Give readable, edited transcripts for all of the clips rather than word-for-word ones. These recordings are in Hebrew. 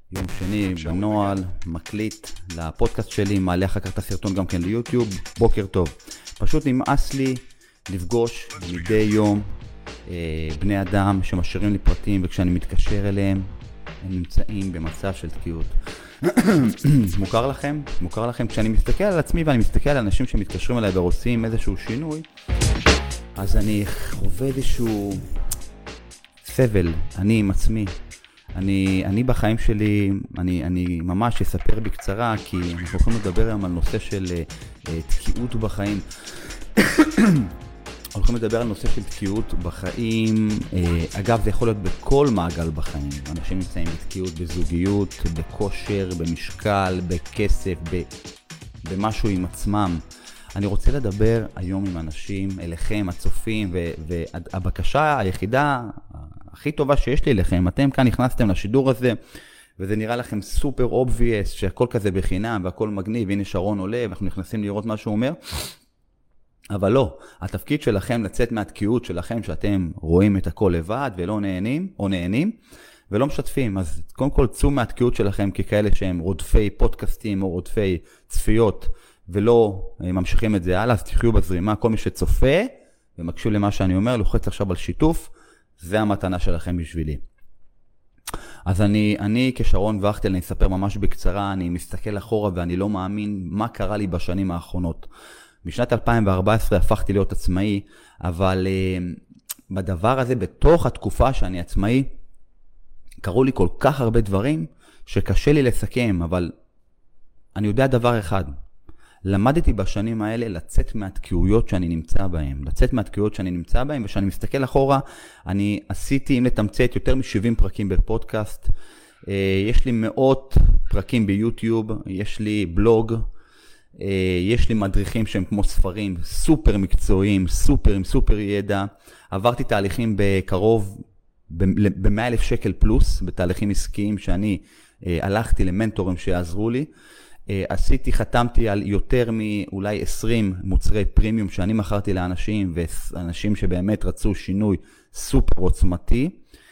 יום שני בנועל, מקליט לפודקאסט שלי, מעלה אחר כך את הסרטון גם כן ליוטיוב. בוקר טוב. פשוט נמאס לי לפגוש מדי יום בני אדם שמשאירים לי פרטים, וכשאני מתקשר אליהם הם נמצאים במצב של תקיעות. מוכר לכם? מוכר לכם? כשאני מסתכל על עצמי ואני מסתכל על אנשים שמתקשרים אליי ועושים איזשהו שינוי, אז אני חווה איזשהו סבל, אני עם עצמי. אני בחיים שלי, אני ממש אספר בקצרה, כי אנחנו יכולים לדבר היום על נושא של תקיעות בחיים. הולכים לדבר על נושא של תקיעות בחיים. אגב, זה יכול להיות בכל מעגל בחיים. אנשים נמצאים בתקיעות בזוגיות, בכושר, במשקל, בכסף, במשהו עם עצמם. אני רוצה לדבר היום עם אנשים, אליכם, הצופים, והבקשה היחידה הכי טובה שיש לי אליכם, אתם כאן נכנסתם לשידור הזה, וזה נראה לכם סופר אובוויאס, שהכל כזה בחינם, והכל מגניב, הנה שרון עולה, ואנחנו נכנסים לראות מה שהוא אומר. אבל לא, התפקיד שלכם לצאת מהתקיעות שלכם, שאתם רואים את הכל לבד, ולא נהנים, או נהנים, ולא משתפים. אז קודם כל, צאו מהתקיעות שלכם ככאלה שהם רודפי פודקאסטים, או רודפי צפיות, ולא ממשיכים את זה הלאה, אז תחיו בזרימה. כל מי שצופה ומקשיב למה שאני אומר, לוחץ עכשיו על שיתוף, זה המתנה שלכם בשבילי. אז אני כשרון וכטל, אני אספר ממש בקצרה, אני מסתכל אחורה ואני לא מאמין מה קרה לי בשנים האחרונות. משנת 2014 הפכתי להיות עצמאי, אבל בדבר הזה, בתוך התקופה שאני עצמאי, קרו לי כל כך הרבה דברים שקשה לי לסכם, אבל אני יודע דבר אחד. למדתי בשנים האלה לצאת מהתקיעויות שאני נמצא בהן. ושאני מסתכל אחורה, אני עשיתי, אם לתמצת, יותר מ-70 פרקים בפודקאסט. יש לי מאות פרקים ביוטיוב, יש לי בלוג, יש לי מדריכים שהם כמו ספרים, סופר מקצועיים, סופר ידע. עברתי תהליכים בקרוב, ב-100,000 שקל פלוס, בתהליכים עסקיים שאני הלכתי למנטורים שיעזרו לי. חתמתי על יותר מאולי 20 מוצרי פרימיום שאני מכרתי לאנשים, ואנשים שבאמת רצו שינוי סופר עוצמתי.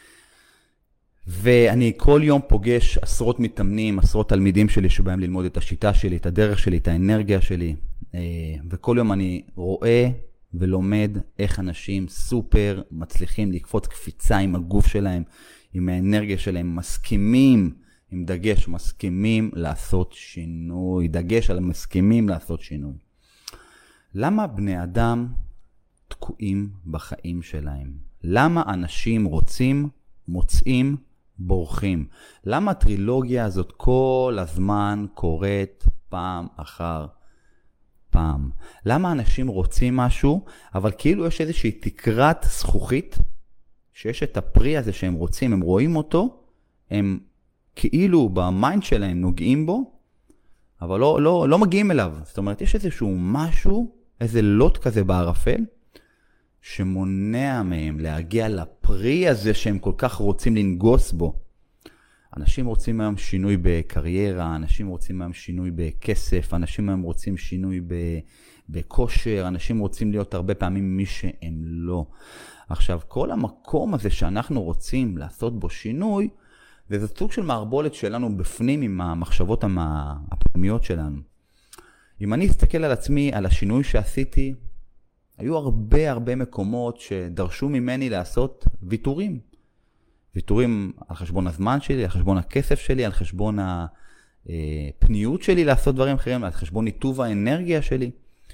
ואני כל יום פוגש עשרות מתאמנים, עשרות תלמידים שלי שבאים ללמוד את השיטה שלי, את הדרך שלי, את האנרגיה שלי. וכל יום אני רואה ולומד איך אנשים סופר מצליחים לקפוץ קפיצה עם הגוף שלהם, עם האנרגיה שלהם, עם דגש, מסכימים לעשות שינוי. דגש על מסכימים לעשות שינוי. למה בני אדם תקועים בחיים שלהם? למה אנשים רוצים, מוצאים, בורחים? למה הטרילוגיה הזאת כל הזמן קורית פעם אחר פעם? למה אנשים רוצים משהו, אבל כאילו יש איזושהי תקרת זכוכית, שיש את הפרי הזה שהם רוצים, הם רואים אותו, הם כאילו במיינד שלהם נוגעים בו, אבל לא מגיעים אליו. זאת אומרת, יש איזשהו משהו, איזה לוט כזה בערפל, שמונע מהם להגיע לפרי הזה שהם כל כך רוצים לנגוס בו. אנשים רוצים היום שינוי בקריירה, אנשים רוצים היום שינוי בכסף, אנשים היום רוצים שינוי בכושר, אנשים רוצים להיות הרבה פעמים מי שהם לא. עכשיו, כל המקום הזה שאנחנו רוצים לעשות בו שינוי, וזה סוג של מערבולת שלנו בפנים עם המחשבות הפנימיות שלנו. אם אני אסתכל על עצמי, על השינוי שעשיתי, היו הרבה מקומות שדרשו ממני לעשות ויתורים. ויתורים על חשבון הזמן שלי, על חשבון הכסף שלי, על חשבון הפניות שלי לעשות דברים אחרים, על חשבון ניתוב האנרגיה שלי.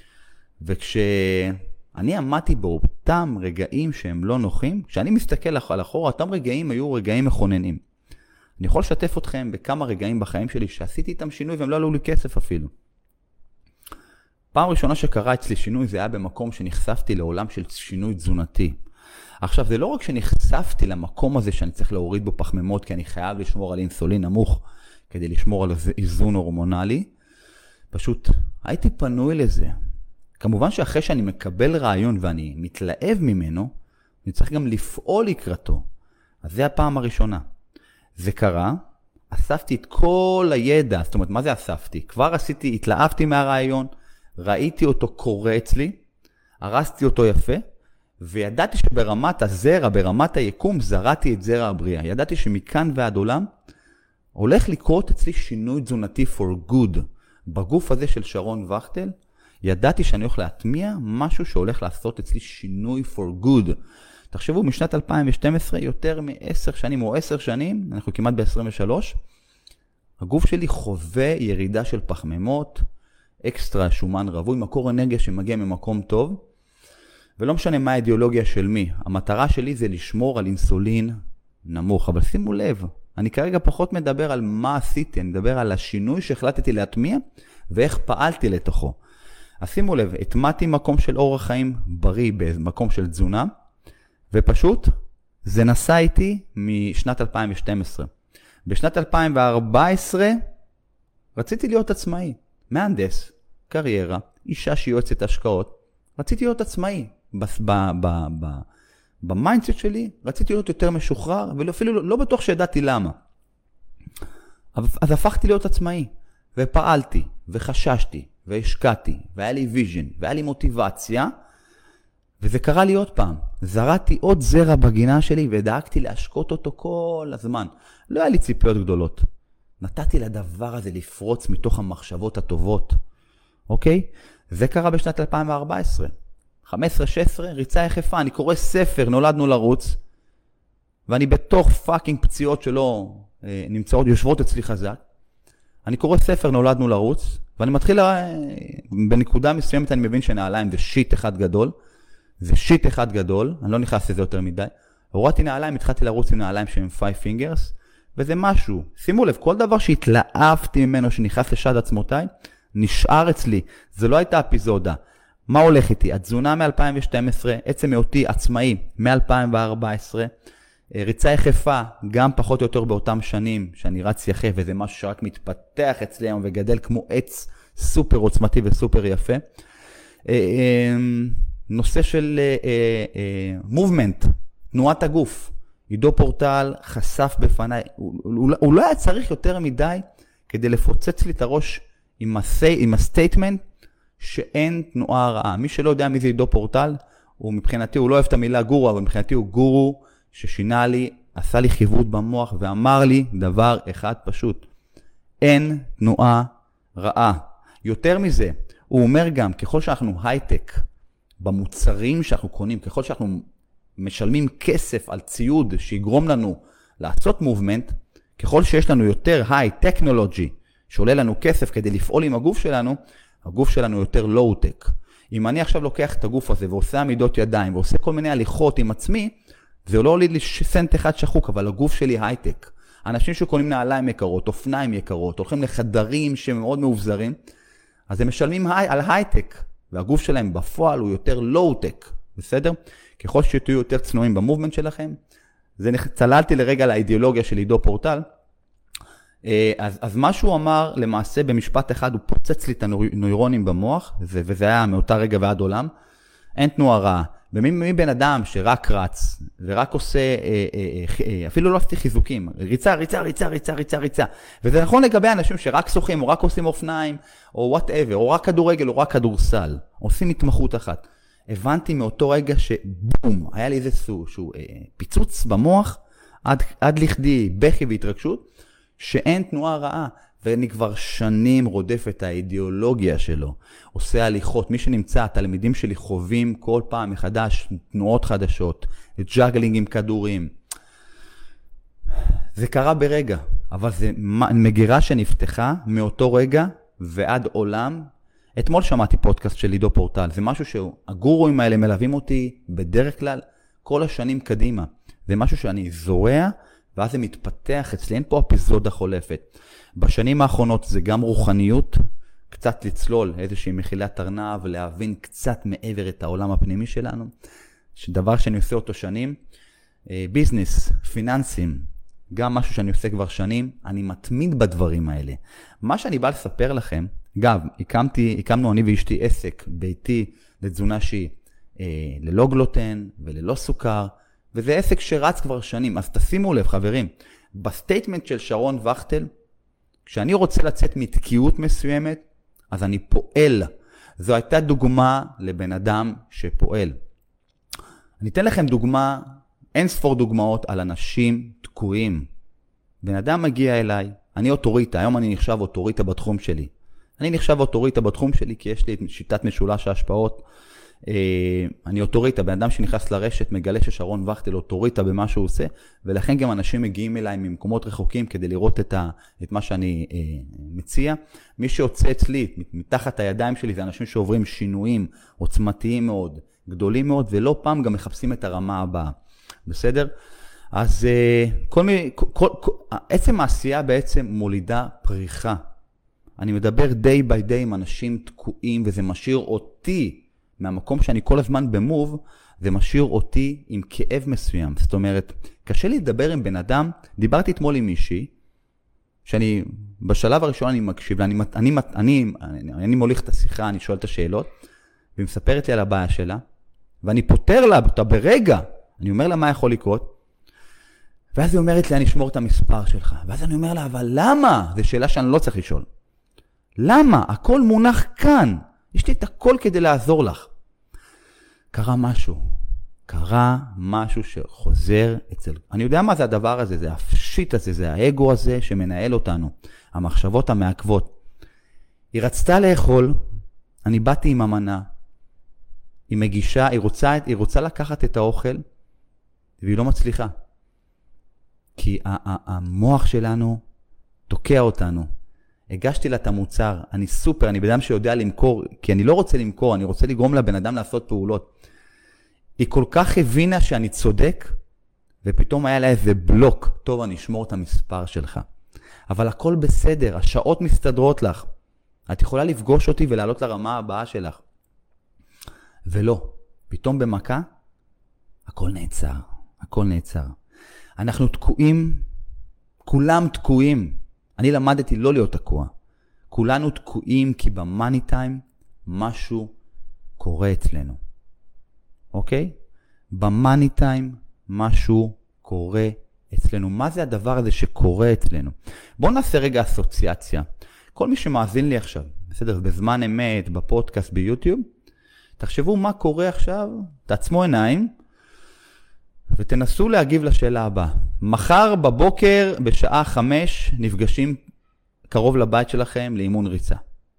וכשאני עמדתי באותם רגעים שהם לא נוחים, כשאני מסתכל על אחורה, אותם רגעים היו רגעים מכוננים. אני יכול לשתף אתכם בכמה רגעים בחיים שלי שעשיתי איתם שינוי והם לא עלו לי כסף אפילו. פעם ראשונה שקרה אצלי שינוי זה היה במקום שנחשפתי לעולם של שינוי תזונתי. עכשיו זה לא רק שנחשפתי למקום הזה שאני צריך להוריד בו פחמימות, כי אני חייב לשמור על אינסולין נמוך כדי לשמור על איזון הורמונלי, פשוט הייתי פנוי לזה. כמובן שאחרי שאני מקבל רעיון ואני מתלהב ממנו, אני צריך גם לפעול לקראתו. אז זה הפעם הראשונה. זה קרה, אספתי את כל הידע, זאת אומרת, מה זה אספתי? כבר התלהבתי מהרעיון, ראיתי אותו קורה אצלי, הרסתי אותו יפה, וידעתי שברמת הזרע, ברמת היקום, זרעתי את זרע הבריאה. ידעתי שמכאן ועד עולם, הולך לקרות אצלי שינוי תזונתי for good. בגוף הזה של שרון וכטל, ידעתי שאני הולך להטמיע משהו שהולך לעשות אצלי שינוי for good. תחשבו, משנת 2012, יותר מ10 שנים או 10 שנים, אנחנו כמעט ב-23, הגוף שלי חווה ירידה של פחמימות, אקסטרה שומן רווי, מקור אנרגיה שמגיע ממקום טוב, ולא משנה מה האידיאולוגיה של מי. המטרה שלי זה לשמור על אינסולין נמוך, אבל שימו לב, אני כרגע פחות מדבר על מה עשיתי, אני מדבר על השינוי שהחלטתי להטמיע, ואיך פעלתי לתוכו. אז שימו לב, התמעתי מקום של אורח חיים בריא במקום של תזונה, ופשוט זה נסע איתי משנת 2012. בשנת 2014 רציתי להיות עצמאי, מהנדס, קריירה, אישה שיועצת השקעות. רציתי להיות עצמאי. במיינדסט שלי רציתי להיות יותר משוחרר, ואפילו לא בטוח שידעתי למה. אז הפכתי להיות עצמאי, ופעלתי, וחששתי, והשקעתי, והיה לי ויז'ן, והיה לי מוטיבציה, וזה קרה לי עוד פעם. זרעתי עוד זרע בגינה שלי, ודאגתי להשקות אותו כל הזמן. לא היה לי ציפיות גדולות. נתתי לדבר הזה לפרוץ מתוך המחשבות הטובות. אוקיי? זה קרה בשנת 2014. 15-16, ריצה יחפה. אני קורא ספר, נולדנו לרוץ, ואני בתוך פאקינג פציעות שלא נמצאות, יושבות אצלי חזק. אני קורא ספר, נולדנו לרוץ, ואני מתחיל, בנקודה מסוימת אני מבין שנעליים זה שיט אחד גדול. זה שיט אחד גדול, אני לא נכנס לזה יותר מדי. הורדתי נעליים, התחלתי לרוץ עם נעליים שהם 5 fingers, וזה משהו. שימו לב, כל דבר שהתלהבתי ממנו, שנכנס לשד עצמותיי, נשאר אצלי. זה לא הייתה אפיזודה. מה הולך איתי? התזונה מ-2012, עצם היותי עצמאי מ-2014, ריצה יחפה, גם פחות או יותר באותם שנים שאני רץ יחף, וזה משהו שרק מתפתח אצלי היום וגדל כמו עץ סופר עוצמתי וסופר יפה. נושא של מובמנט, תנועת הגוף. עידו פורטל חשף בפניי, הוא לא היה צריך יותר מדי כדי לפוצץ לי את הראש עם הסטייטמנט שאין תנועה רעה. מי שלא יודע מי זה עידו פורטל, הוא מבחינתי, הוא לא אוהב את המילה גורו, אבל מבחינתי הוא גורו ששינה לי, עשה לי חיווט במוח ואמר לי דבר אחד פשוט. אין תנועה רעה. יותר מזה, הוא אומר גם, ככל שאנחנו הייטק, במוצרים שאנחנו קונים, ככל שאנחנו משלמים כסף על ציוד שיגרום לנו לעשות מובמנט, ככל שיש לנו יותר היי-טכנולוגי, שעולה לנו כסף כדי לפעול עם הגוף שלנו, הגוף שלנו יותר לואו-טק. אם אני עכשיו לוקח את הגוף הזה ועושה עמידות ידיים, ועושה כל מיני הליכות עם עצמי, זה לא עולה לי סנט אחד שחוק, אבל הגוף שלי הייטק. אנשים שקונים נעליים יקרות, אופניים יקרות, הולכים לחדרים שמאוד מאובזרים, אז הם משלמים על הייטק, והגוף שלהם בפועל הוא יותר לואו-טק, בסדר? ככל שתהיו יותר צנועים במובמנט שלכם, צללתי לרגע לאידיאולוגיה של עידו פורטל, אז מה שהוא אמר למעשה במשפט אחד, הוא פוצץ לי את הנוירונים במוח, וזה היה מאותה רגע ועד עולם, אין תנועה רעה. ומי בן אדם שרק רץ, ורק עושה, אפילו לא עשיתי חיזוקים, ריצה, ריצה, ריצה, ריצה, ריצה, ריצה. וזה נכון לגבי אנשים שרק שוחים, או רק עושים אופניים, או whatever, או רק כדורגל, או רק כדורסל. עושים התמחות אחת. הבנתי מאותו רגע שבום, היה לי איזשהו פיצוץ במוח, עד לכדי בכי והתרגשות, שאין תנועה רעה. ואני כבר שנים רודף את האידיאולוגיה שלו. עושה הליכות. מי שנמצא, התלמידים שלי חווים כל פעם מחדש תנועות חדשות, ג'אגלינג עם כדורים. זה קרה ברגע, אבל זה מגירה שנפתחה מאותו רגע ועד עולם. אתמול שמעתי פודקאסט של עידו פורטל. זה משהו שהגורואים האלה מלווים אותי בדרך כלל כל השנים קדימה. זה משהו שאני זורע, ואז זה מתפתח אצלי. אין פה אפיזודה חולפת. בשנים האחרונות זה גם רוחניות, קצת לצלול איזושהי מחילת ארנב, להבין קצת מעבר את העולם הפנימי שלנו, שדבר שאני עושה אותו שנים, ביזנס, פיננסים, גם משהו שאני עושה כבר שנים, אני מתמיד בדברים האלה. מה שאני בא לספר לכם, אגב, הקמנו אני ואשתי עסק ביתי לתזונה שהיא ללא גלוטן וללא סוכר, וזה עסק שרץ כבר שנים. אז תשימו לב חברים, בסטייטמנט של שרון וכטל, כשאני רוצה לצאת מתקיעות מסוימת, אז אני פועל. זו הייתה דוגמה לבן אדם שפועל. אני אתן לכם דוגמה, אין ספור דוגמאות על אנשים תקועים. בן אדם מגיע אליי, אני אוטוריטה, היום אני נחשב אוטוריטה בתחום שלי. אני נחשב אוטוריטה בתחום שלי כי יש לי שיטת משולש ההשפעות. אני אוטוריטה, בן אדם שנכנס לרשת מגלה ששרון וכטל אוטוריטה במה שהוא עושה, ולכן גם אנשים מגיעים אליי ממקומות רחוקים כדי לראות את מה שאני מציע. מי שיוצא אצלי מתחת הידיים שלי זה אנשים שעוברים שינויים עוצמתיים מאוד, גדולים מאוד, ולא פעם גם מחפשים את הרמה הבאה. בסדר? אז עצם העשייה בעצם מולידה פריחה. אני מדבר day by day עם אנשים תקועים, וזה משאיר אותי, מהמקום שאני כל הזמן במוב, זה משאיר אותי עם כאב מסוים. זאת אומרת, קשה לי לדבר עם בן אדם, דיברתי אתמול עם מישהי, שאני בשלב הראשון אני מקשיב, אני מוליך את השיחה, אני שואל את השאלות, והיא מספרת לי על הבעיה שלה, ואני פותר לה אותה ברגע, אני אומר לה מה יכול לקרות, ואז היא אומרת לי, אני אשמור את המספר שלך. ואז אני אומר לה, אבל למה? זו שאלה שאני לא צריך לשאול. למה? הכל מונח כאן. יש לי את הכל כדי לעזור לך. קרה משהו שחוזר אצל... אני יודע מה זה הדבר הזה, זה הפשיט הזה, זה האגו הזה שמנהל אותנו. המחשבות המעכבות. היא רצתה לאכול, אני באתי עם המנה, היא מגישה, היא רוצה לקחת את האוכל, והיא לא מצליחה. כי המוח שלנו תוקע אותנו. הגשתי לה את המוצר, אני בן אדם שיודע למכור, כי אני לא רוצה למכור, אני רוצה לגרום לבן אדם לעשות פעולות. היא כל כך הבינה שאני צודק, ופתאום היה לה איזה בלוק, טוב, אני אשמור את המספר שלך. אבל הכל בסדר, השעות מסתדרות לך. את יכולה לפגוש אותי ולעלות לרמה הבאה שלך. ולא, פתאום במכה, הכל נעצר. אנחנו תקועים, כולם תקועים. אני למדתי לא להיות תקוע. כולנו תקועים כי במאני טיים משהו קורה אצלנו. אוקיי? במאני טיים משהו קורה אצלנו. מה זה הדבר הזה שקורה אצלנו? בואו נעשה רגע אסוציאציה. כל מי שמאזין לי עכשיו, בסדר, בזמן אמת, בפודקאסט, ביוטיוב, תחשבו מה קורה עכשיו, תעצמו עיניים, ותנסו להגיב לשאלה הבאה. מחר בבוקר בשעה 5 נפגשים קרוב לבית שלכם לאימון ריצה.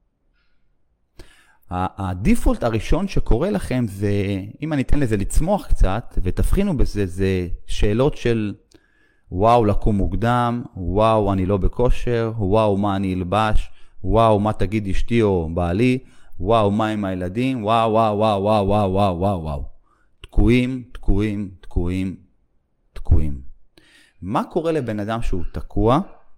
הדיפולט הראשון שקורה לכם זה, אם אני אתן לזה לצמוח קצת ותבחינו בזה, זה שאלות של וואו לקום מוקדם, וואו אני לא בכושר, וואו מה אני אלבש, וואו מה תגיד אשתי או בעלי, וואו מה עם הילדים, וואו וואו וואו וואו וואו וואו וואו וואו. תקועים. מה קורה לבן אדם שהוא תקוע?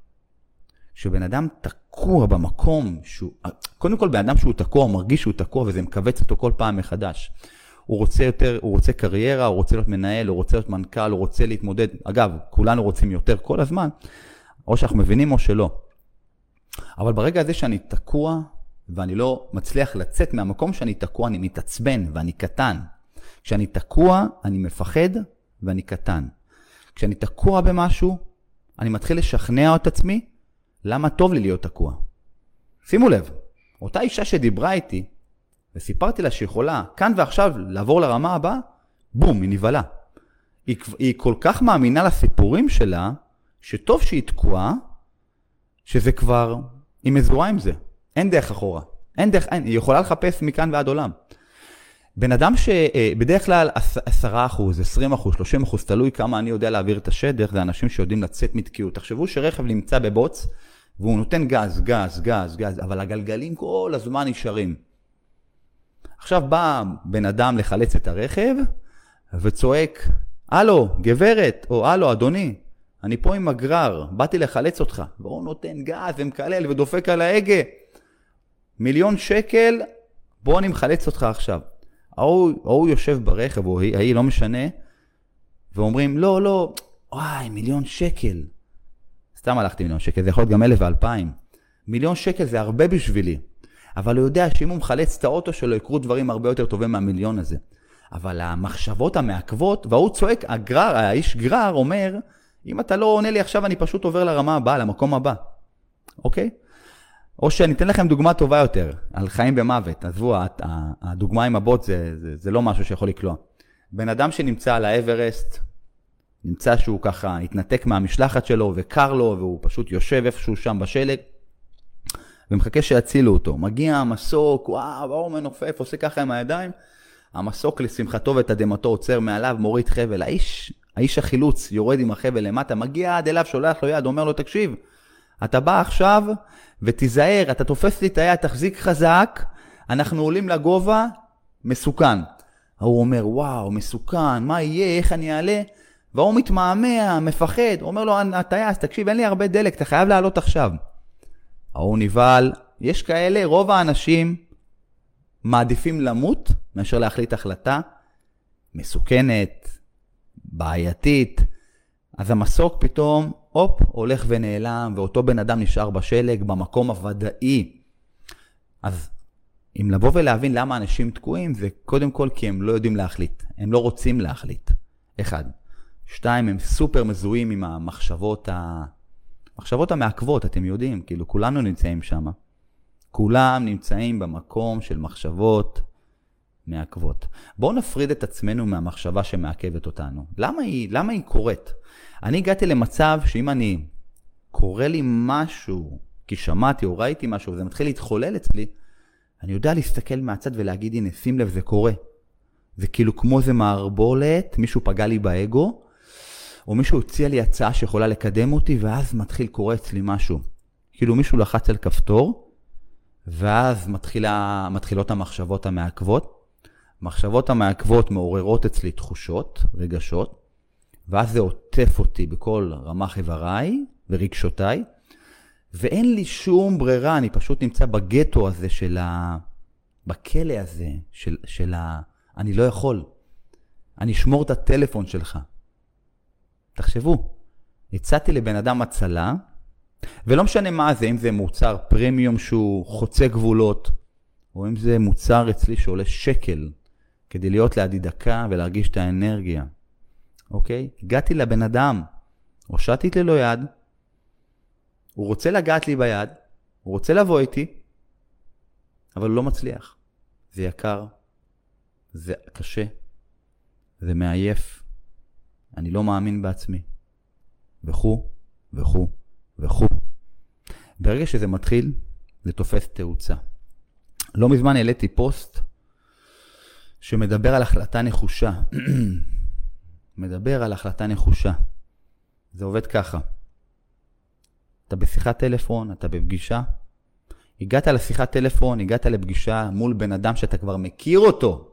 שבן אדם תקוע במקום שהוא... קודם כל, בן אדם שהוא תקוע, הוא מרגיש שהוא תקוע, וזה מקווץ אותו כל פעם מחדש. הוא רוצה יותר, הוא רוצה קריירה, הוא רוצה להיות מנהל, הוא רוצה להיות מנכ"ל, הוא רוצה להתמודד. אגב, כולנו רוצים יותר כל הזמן, או שאנחנו מבינים או שלא. אבל ברגע הזה שאני תקוע, ואני לא מצליח לצאת מהמקום שאני תקוע, אני מתעצבן ואני קטן. כשאני תקוע, אני מפחד ואני קטן. כשאני תקוע במשהו, אני מתחיל לשכנע את עצמי, למה טוב לי להיות תקוע. שימו לב, אותה אישה שדיברה איתי, וסיפרתי לה שיכולה, כאן ועכשיו לעבור לרמה הבאה, בום, היא נבלה. היא כל כך מאמינה לסיפורים שלה, שטוב שהיא תקועה, שזה כבר, היא מזוהה עם זה. אין דרך אחורה. היא יכולה לחפש מכאן ועד עולם. בן אדם שבדרך כלל 10%, 20%, 30%, תלוי כמה אני יודע להעביר את השדר, זה אנשים שיודעים לצאת מתקיעות. תחשבו שרכב נמצא בבוץ, והוא נותן גז, אבל הגלגלים כל הזמן נשארים. עכשיו בא בן אדם לחלץ את הרכב, וצועק, הלו, גברת, או הלו, אדוני, אני פה עם הגרר, באתי לחלץ אותך. והוא נותן גז ומקלל ודופק על ההגה. 1,000,000 שקל, בוא אני מחלץ אותך עכשיו. הוא יושב ברכב, או היא, לא משנה, ואומרים, לא, וואי, 1,000,000 שקל. סתם הלכתי 1,000,000 שקל, זה יכול להיות גם 1,000 ו2,000. 1,000,000 שקל זה הרבה בשבילי. אבל הוא יודע שאם הוא מחלץ את האוטו שלו, יקרו דברים הרבה יותר טובים מה1,000,000 הזה. אבל המחשבות המעכבות, והוא צועק, האיש גרר אומר, אם אתה לא עונה לי עכשיו, אני פשוט עובר לרמה הבאה, למקום הבא. אוקיי? או שאני אתן לכם דוגמה טובה יותר, על חיים במוות. עזבו, הדוגמה עם הבוט זה לא משהו שיכול לקלוע. בן אדם שנמצא על האברסט, נמצא שהוא ככה התנתק מהמשלחת שלו וקר לו, והוא פשוט יושב איפשהו שם בשלג, ומחכה שיצילו אותו. מגיע המסוק, וואו, הוא מנופף, עושה ככה עם הידיים, המסוק לשמחתו ותדמתו עוצר מעליו, מוריד חבל, האיש החילוץ יורד עם החבל למטה, מגיע עד אליו, שולח לו יד, אומר לו, תקשיב, אתה בא עכשיו ותיזהר, אתה תופס לי את היד, תחזיק חזק, אנחנו עולים לגובה, מסוכן. הוא אומר, וואו, מסוכן, מה יהיה, איך אני אעלה? והוא מתמהמה, מפחד, הוא אומר לו, הטייס, תקשיב, אין לי הרבה דלק, אתה חייב לעלות עכשיו. הוא נבהל, יש כאלה, רוב האנשים מעדיפים למות, מאשר להחליט החלטה מסוכנת, בעייתית. אז המסוק פתאום, הולך ונעלם, ואותו בן אדם נשאר בשלג, במקום הוודאי. אז אם לבוא ולהבין למה אנשים תקועים, זה קודם כל כי הם לא יודעים להחליט. הם לא רוצים להחליט. 1. 2, הם סופר מזוהים עם המחשבות המעכבות, אתם יודעים, כאילו כולנו נמצאים שם. כולם נמצאים במקום של מחשבות מעכבות. בואו נפריד את עצמנו מהמחשבה שמעכבת אותנו. למה היא קורית? אני הגעתי למצב שאם אני קורא לי משהו, כי שמעתי או ראיתי משהו, וזה מתחיל להתחולל אצלי, אני יודע להסתכל מהצד ולהגיד, הנה, שים לב, זה קורה. זה כאילו כמו זה מערבולת, מישהו פגע לי באגו, או מישהו הציע לי הצעה שיכולה לקדם אותי, ואז מתחיל קורה אצלי משהו. כאילו מישהו לחץ על כפתור, ואז מתחילות המחשבות המעכבות. מחשבות המעכבות מעוררות אצלי תחושות, רגשות, ואז זה עוטף אותי בכל רמ"ח איבריי ורגשותיי, ואין לי שום ברירה, אני פשוט נמצא בגטו הזה בכלא הזה אני לא יכול. אני אשמור את הטלפון שלך. תחשבו, הצעתי לבן אדם הצלה, ולא משנה מה זה, אם זה מוצר פרמיום שהוא חוצה גבולות, או אם זה מוצר אצלי שעולה שקל, כדי להיות לידי דקה ולהרגיש את האנרגיה. אוקיי? הגעתי לבן אדם, הושטתי לו יד, הוא רוצה לגעת לי ביד, הוא רוצה לבוא איתי, אבל הוא לא מצליח. זה יקר, זה קשה, זה מעייף, אני לא מאמין בעצמי. וכו, וכו, וכו. ברגע שזה מתחיל, זה תופס תאוצה. לא מזמן העליתי פוסט שמדבר על החלטה נחושה. מדבר על החלטה נחושה. זה עובד ככה. אתה בשיחת טלפון, אתה בפגישה. הגעת לשיחת טלפון, הגעת לפגישה מול בן אדם שאתה כבר מכיר אותו.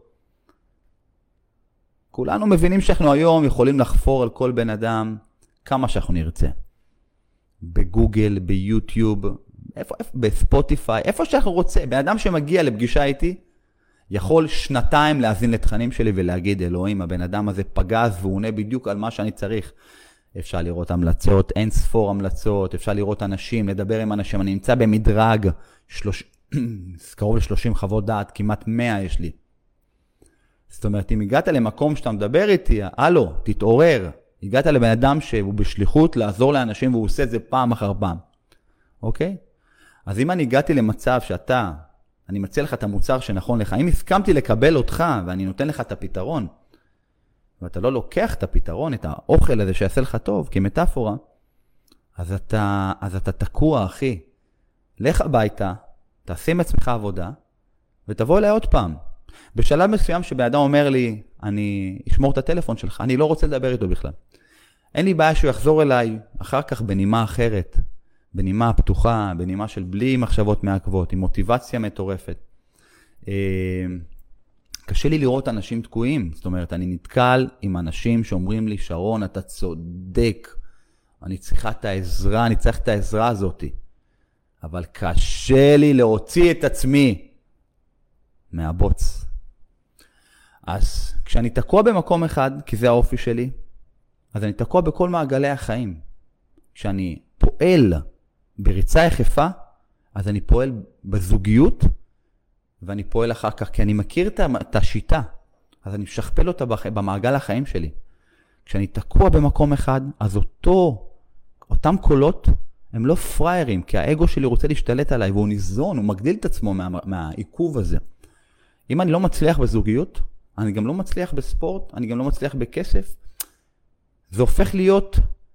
כולנו מבינים שאנחנו היום יכולים לחפור על כל בן אדם כמה שאנחנו נרצה. בגוגל, ביוטיוב, בספוטיפיי, איפה שאנחנו רוצה. בן אדם שמגיע לפגישה איתי, יכול 2 להזין לתכנים שלי ולהגיד, אלוהים, הבן אדם הזה פגז והוא עונה בדיוק על מה שאני צריך. אפשר לראות המלצות, אין ספור המלצות, אפשר לראות אנשים, לדבר עם אנשים. אני נמצא במדרג, קרוב ל-30 חוות דעת, כמעט 100 יש לי. זאת אומרת, אם הגעת למקום שאתה מדבר איתי, הלו, תתעורר. הגעת לבן אדם שהוא בשליחות לעזור לאנשים והוא עושה את זה פעם אחר פעם. אוקיי? אז אם אני הגעתי למצב אני מציע לך את המוצר שנכון לך, אם הסכמתי לקבל אותך ואני נותן לך את הפתרון, ואתה לא לוקח את הפתרון, את האוכל הזה שיעשה לך טוב, כמטאפורה, אז אתה תקוע, אחי. לך הביתה, תשים עצמך עבודה, ותבוא אליי עוד פעם. בשלב מסוים שבאדם אומר לי, אני אשמור את הטלפון שלך, אני לא רוצה לדבר איתו בכלל. אין לי בעיה שהוא יחזור אליי אחר כך בנימה אחרת, בנימה פתוחה, בנימה של בלי מחשבות מעכבות, עם מוטיבציה מטורפת. קשה לי לראות אנשים תקועים, זאת אומרת, אני נתקל עם אנשים שאומרים לי, שרון, אתה צודק, אני צריך את העזרה הזאת, אבל קשה לי להוציא את עצמי מהבוץ. אז כשאני תקוע במקום אחד, כי זה האופי שלי, אז אני תקוע בכל מעגלי החיים. כשאני פועל בריצה יחפה, אז אני פועל בזוגיות, ואני פועל אחר כך, כי אני מכיר את השיטה, אז אני משכפל אותה במעגל החיים שלי. כשאני תקוע במקום אחד, אז אותם קולות הם לא פריירים, כי האגו שלי רוצה להשתלט עליי, והוא ניזון, הוא מגדיל את עצמו מהעיכוב הזה. אם אני לא מצליח בזוגיות, אני גם לא מצליח בספורט, אני גם לא מצליח בכסף, זה הופך להיות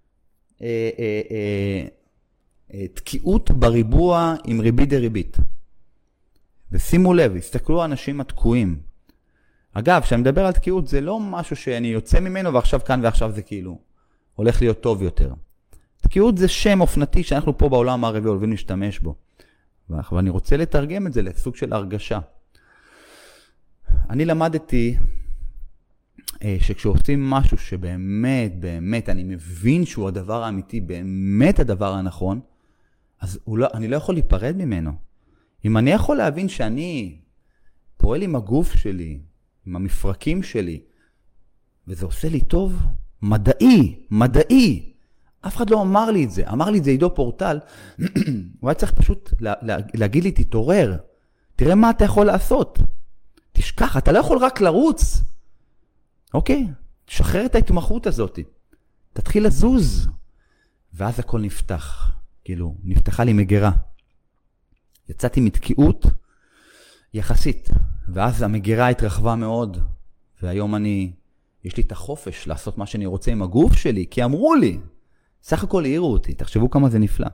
תקיעות בריבוע עם ריבית דריבית. ושימו לב, הסתכלו האנשים התקועים. אגב, כשאני מדבר על תקיעות, זה לא משהו שאני יוצא ממנו ועכשיו כאן ועכשיו זה כאילו הולך להיות טוב יותר. תקיעות זה שם אופנתי שאנחנו פה בעולם הערבי אוהבים להשתמש בו. ואני רוצה לתרגם את זה לסוג של הרגשה. אני למדתי שכשעושים משהו שבאמת, באמת, אני מבין שהוא הדבר האמיתי, באמת הדבר הנכון, אז אני לא יכול להיפרד ממנו. אם אני יכול להבין שאני פועל עם הגוף שלי, עם המפרקים שלי, וזה עושה לי טוב, מדעי. אף אחד לא אמר לי את זה. אמר לי את זה עידו פורטל. הוא היה צריך פשוט להגיד לי, תתעורר. תראה מה אתה יכול לעשות. תשכח, אתה לא יכול רק לרוץ. אוקיי? תשחרר את ההתמחות הזאת. תתחיל לזוז. ואז הכל נפתח. כאילו, נפתחה לי מגירה. יצאתי מתקיעות יחסית. ואז המגירה התרחבה מאוד. והיום יש לי את החופש לעשות מה שאני רוצה עם הגוף שלי, כי אמרו לי, סך הכל העירו אותי, תחשבו כמה זה נפלא.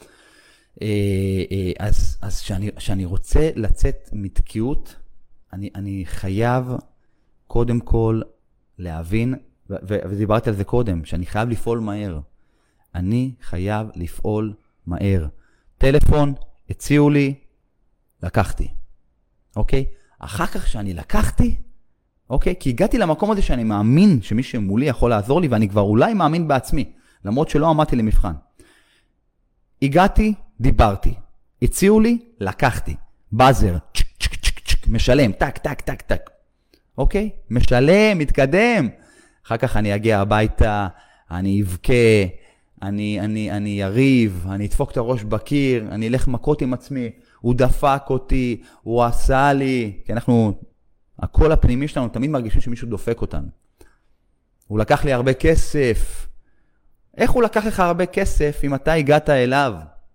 אז שאני רוצה לצאת מתקיעות, אני חייב קודם כל להבין, ודיברתי על זה קודם, שאני חייב לפעול מהר. אני חייב לפעול מהר. טלפון, הציעו לי, לקחתי. אוקיי? אחר כך שאני לקחתי, אוקיי? כי הגעתי למקום הזה שאני מאמין שמי שמולי יכול לעזור לי, ואני כבר אולי מאמין בעצמי, למרות שלא עמדתי למבחן. הגעתי, דיברתי. הציעו לי, לקחתי. בזר, משלם, טק. אוקיי? משלם, מתקדם. אחר כך אני אגיע הביתה, אני אבכה, אני יריב, אני אדפוק את הראש בקיר, אני אלך מכות עם עצמי, הוא דפק אותי, הוא עשה לי, כי הקול הפנימי שלנו תמיד מרגישים שמישהו דופק אותנו. הוא לקח לי הרבה כסף. איך הוא לקח לך הרבה כסף אם אתה הגעת אליו?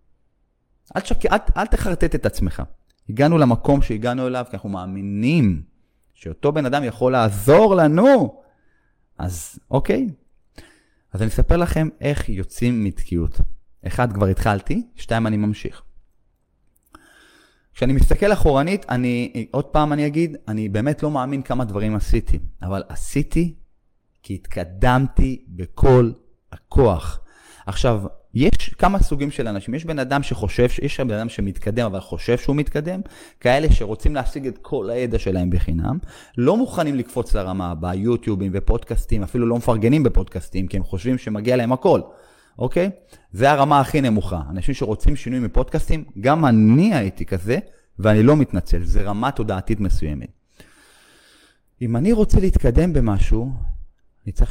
אל תחרטט את עצמך. הגענו למקום שהגענו אליו, כי אנחנו מאמינים שאותו בן אדם יכול לעזור לנו. אז אוקיי. אז אני אספר לכם איך יוצאים מתקיעות. 1, כבר התחלתי, 2, אני ממשיך. כשאני מסתכל אחורנית, עוד פעם אני אגיד, אני באמת לא מאמין כמה דברים עשיתי, אבל עשיתי כי התקדמתי בכל הכוח. עכשיו, יש כמה סוגים של אנשים. יש בן אדם שחושב, יש בן אדם שמתקדם, אבל חושב שהוא מתקדם, כאלה שרוצים להשיג את כל הידע שלהם בחינם, לא מוכנים לקפוץ לרמה הבאה, יוטיובים ופודקאסטים, אפילו לא מפרגנים בפודקאסטים, כי הם חושבים שמגיע להם הכל. אוקיי? זה הרמה הכי נמוכה. אנשים שרוצים שינוי מפודקאסטים, גם אני הייתי כזה, ואני לא מתנצל. זה רמה תודעתית מסוימת. אם אני רוצה להתקדם במשהו, אני צריך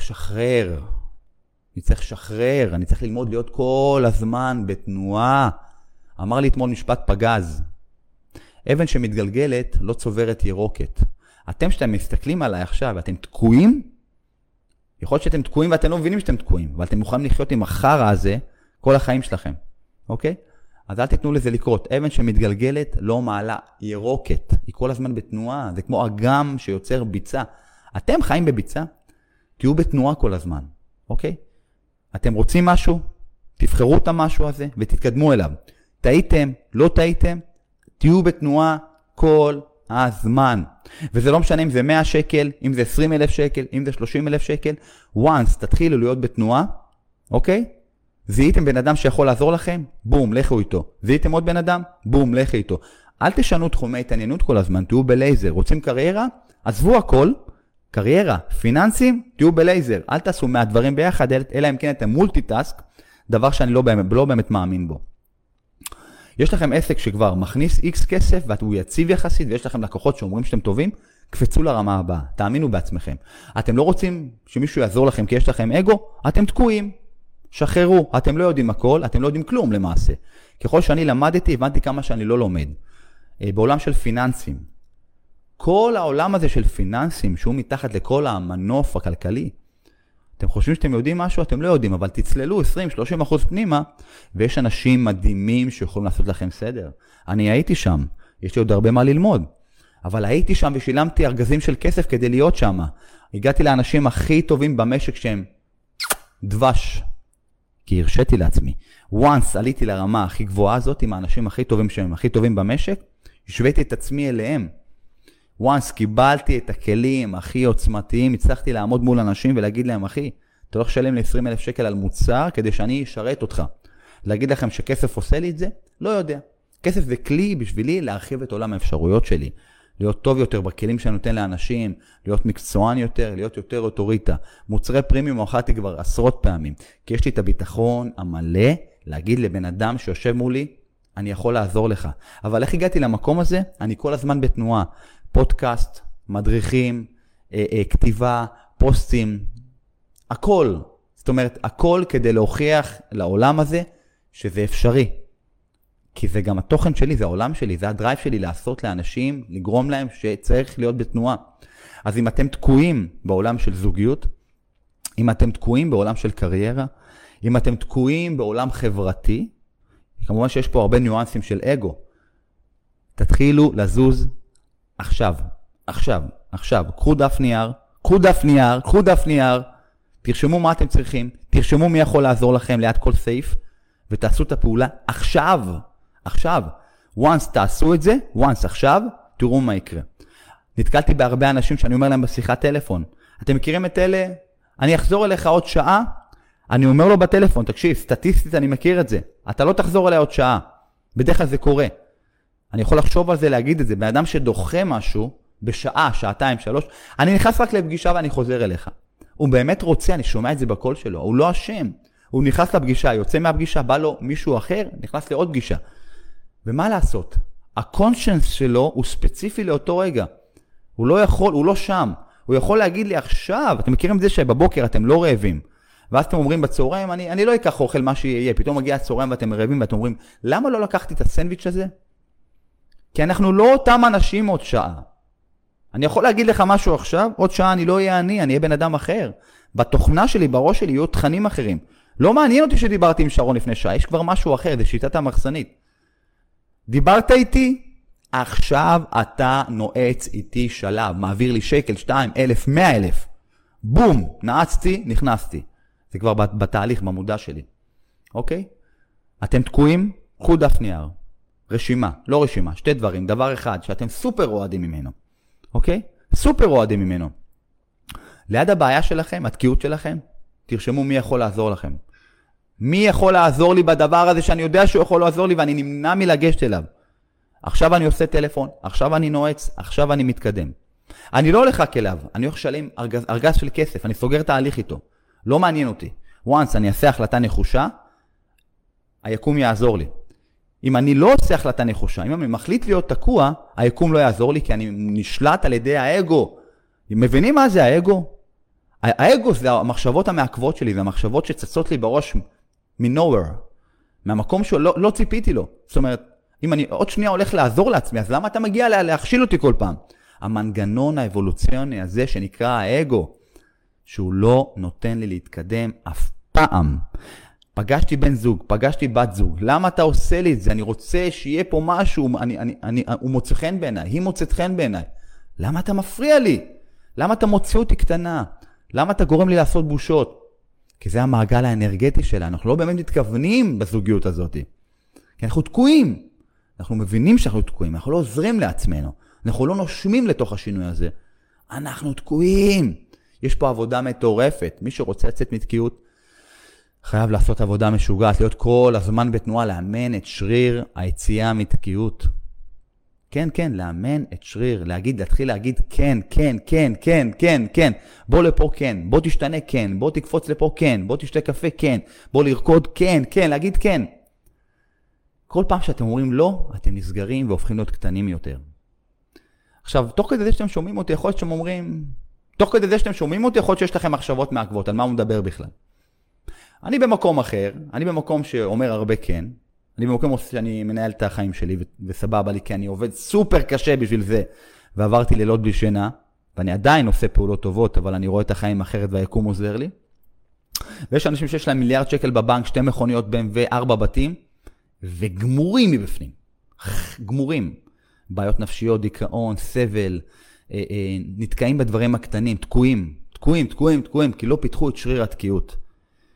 לשחרר. אני צריך ללמוד להיות כל הזמן בתנועה. אמר לי אתמול משפט פגז. אבן שמתגלגלת לא צוברת ירוקת. שאתם מסתכלים עליי עכשיו, ואתם תקועים, יכול להיות שאתם תקועים ואתם לא מבינים שאתם תקועים, אבל אתם מוכנים לחיות עם החרא הזה כל החיים שלכם. אוקיי? אז אל תתנו לזה לקרות. אבן שמתגלגלת לא מעלה ירוקת. היא כל הזמן בתנועה. זה כמו אגם שיוצר ביצה. אתם חיים בביצה, תהיו בתנועה כל הזמן. אוקיי? אתם רוצים משהו, תבחרו את המשהו הזה ותתקדמו אליו. טעיתם, לא טעיתם, תהיו בתנועה כל הזמן. וזה לא משנה אם זה 100 שקל, אם זה 20,000 שקל, אם זה 30,000 שקל. once תתחילו להיות בתנועה, אוקיי? זיהיתם בן אדם שיכול לעזור לכם? בום, לכו איתו. זיהיתם עוד בן אדם? בום, לכו איתו. אל תשנו תחומי התעניינות כל הזמן, תהיו בלייזר. רוצים קריירה? עזבו הכל. קריירה, פיננסים, תהיו בלייזר. אל תעשו מהדברים ביחד, אלא אם כן אתם מולטיטאסק, דבר שאני לא באמת מאמין בו. יש לכם עסק שכבר מכניס X כסף, והוא יציב יחסית, ויש לכם לקוחות שאומרים שאתם טובים, קפצו לרמה הבאה, תאמינו בעצמכם. אתם לא רוצים שמישהו יעזור לכם כי יש לכם אגו, אתם תקועים. שחררו, אתם לא יודעים הכל, אתם לא יודעים כלום למעשה. ככל שאני למדתי, הבנתי כמה שאני לא לומד. בעולם של פיננסים, כל העולם הזה של פיננסים, שהוא מתחת לכל המנוף הכלכלי, אתם חושבים שאתם יודעים משהו, אתם לא יודעים, אבל תצללו 20-30% פנימה, ויש אנשים מדהימים שיכולים לעשות לכם סדר. אני הייתי שם, יש לי עוד הרבה מה ללמוד, אבל הייתי שם ושילמתי ארגזים של כסף כדי להיות שם. הגעתי לאנשים הכי טובים במשק שהם דבש, כי הרשיתי לעצמי. once עליתי לרמה הכי גבוהה הזאת, עם האנשים הכי טובים שהם הכי טובים במשק, השוויתי את עצמי אליהם. once קיבלתי את הכלים הכי עוצמתיים, הצלחתי לעמוד מול אנשים ולהגיד להם, אחי, אתה לא לשלם לי 20,000 שקל על מוצר כדי שאני אשרת אותך. להגיד לכם שכסף עושה לי את זה? לא יודע. כסף זה כלי בשבילי להרחיב את עולם האפשרויות שלי. להיות טוב יותר בכלים שאני נותן לאנשים, להיות מקצוען יותר, להיות יותר אוטוריטה. מוצרי פרימיום אוכלתי כבר עשרות פעמים, כי יש לי את הביטחון המלא להגיד לבן אדם שיושב מולי, אני יכול לעזור לך. אבל איך הגעתי למקום הזה? אני כל הזמן בתנועה. פודקאסט, מדריכים, כתיבה, פוסטים, הכל. זאת אומרת, הכל כדי להוכיח לעולם הזה שזה אפשרי. כי זה גם התוכן שלי, זה העולם שלי, זה הדרייב שלי לעשות לאנשים, לגרום להם שצריך להיות בתנועה. אז אם אתם תקועים בעולם של זוגיות, אם אתם תקועים בעולם של קריירה, אם אתם תקועים בעולם חברתי, כמובן שיש פה הרבה ניואנסים של אגו, תתחילו לזוז עכשיו, עכשיו, עכשיו. קחו דף נייר, תרשמו מה אתם צריכים, תרשמו מי יכול לעזור לכם ליד כל סעיף, ותעשו את הפעולה עכשיו. once תעשו את זה, עכשיו, תראו מה יקרה. נתקלתי בהרבה אנשים שאני אומר להם בשיחת טלפון, אתם מכירים את אלה? אני אחזור אליך עוד שעה, אני אומר לו בטלפון, תקשיב, סטטיסטית אני מכיר את זה, אתה לא תחזור אליי עוד שעה, בדרך כלל זה קורה. אני יכול לחשוב על זה, להגיד את זה, באדם שדוחה משהו, בשעה, שעתיים, 3, אני נכנס רק לפגישה ואני חוזר אליך. הוא באמת רוצה, אני שומע את זה בקול שלו, הוא לא אשם. הוא נכנס לפגישה, יוצא מהפגישה, בא לו מישהו אחר, נכנס לעוד פגישה. ומה לעשות? הקונשנס שלו הוא ספציפי לאותו רגע. הוא לא יכול, הוא לא שם. הוא יכול להגיד לי עכשיו, אתם מכירים את זה שבבוקר אתם לא רעבים. ואז אתם אומרים בצהריים, אני לא אקח אוכל מה שיהיה. פתאום מגיע הצהריים ואתם רעבים ואתם אומרים, למה לא לקחתי את הסנדוויץ' הזה? כי אנחנו לא אותם אנשים עוד שעה. אני יכול להגיד לך משהו עכשיו, עוד שעה אני לא אהיה אני אהיה בן אדם אחר. בתוכנה שלי, בראש שלי, יהיו תכנים אחרים. לא מעניין אותי שדיברתי עם שרון לפני שעה, יש כבר משהו אחר, זה שיטת המחסנית. דיברת איתי, עכשיו אתה נועץ איתי שלב, מעביר לי שקל, 2, 1,000, 100,000. בום, נעצתי, נכנסתי. זה כבר בתהליך, במודע שלי. אוקיי? אתם תקועים, קחו דף נייר. רשימה, לא רשימה, שתי דברים. דבר אחד, שאתם סופר אוהדים ממנו. אוקיי? סופר אוהדים ממנו. ליד הבעיה שלכם, התקיעות שלכם, תרשמו מי יכול לעזור לכם. מי יכול לעזור לי בדבר הזה שאני יודע שהוא יכול לעזור לי ואני נמנע מלגשת אליו. עכשיו אני עושה טלפון, עכשיו אני נועץ, עכשיו אני מתקדם. אני לא הולך רק אליו, אני הולך לשלם ארגז של כסף, אני סוגר תהליך איתו. לא מעניין אותי. once אני אעשה החלטה נחושה, היקום יעזור לי. אם אני לא עושה החלטה נחושה, אם אני מחליט להיות תקוע, היקום לא יעזור לי כי אני נשלט על ידי האגו. מבינים מה זה האגו? האגו זה המחשבות המעכבות שלי, זה המחשבות שצצות לי בראש מ-nowhere, מהמקום שלא ציפיתי לו. זאת אומרת, אם אני עוד שנייה הולך לעזור לעצמי, אז למה אתה מגיע להכשיל אותי כל פעם? המנגנון האבולוציוני הזה שנקרא האגו, שהוא לא נותן לי להתקדם אף פעם. פגשתי בן זוג, פגשתי בת זוג, למה אתה עושה לי את זה? אני רוצה שיהיה פה משהו, הוא מוצא חן בעיניי, היא מוצאת חן בעיניי. למה אתה מפריע לי? למה אתה מוציא אותי קטנה? למה אתה גורם לי לעשות בושות? כי זה המעגל האנרגטי שלה, אנחנו לא באמת מתכוונים בזוגיות הזאת. כי אנחנו תקועים. אנחנו מבינים שאנחנו תקועים, אנחנו לא עוזרים לעצמנו. אנחנו לא נושמים לתוך השינוי הזה. אנחנו תקועים. יש פה עבודה מטורפת. מי שרוצה לצאת מתקיעות, חייב לעשות עבודה משוגעת, להיות כל הזמן בתנועה, לאמן את שריר היציאה מתקיעות. כן, כן, לאמן את שריר, להתחיל להגיד כן, כן, כן, כן, כן, כן. בוא לפה כן, בוא תשתנה כן, בוא תקפוץ לפה כן, בוא תשתה קפה כן, בוא לרקוד כן, כן, להגיד כן. כל פעם שאתם אומרים לא, אתם נסגרים והופכים להיות קטנים יותר. עכשיו, תוך כדי זה שאתם שומעים אותי, יכול להיות שאתם אומרים, תוך כדי זה שאתם שומעים אותי, יכול להיות שיש לכם מחשבות מעכבות, על מה הוא מדבר בכלל. אני במקום אחר, אני במקום שאומר הרבה כן, אני במקום שאני מנהל את החיים שלי וסבבה לי, כי אני עובד סופר קשה בשביל זה, ועברתי לילות בלי שינה, ואני עדיין עושה פעולות טובות, אבל אני רואה את החיים אחרת והיקום עוזר לי. ויש אנשים שיש להם מיליארד שקל בבנק, 2 מכוניות BMW, 4 בתים, וגמורים מבפנים. גמורים. בעיות נפשיות, דיכאון, סבל, נתקעים בדברים הקטנים, תקועים, כי לא פיתחו את שריר התקיעות.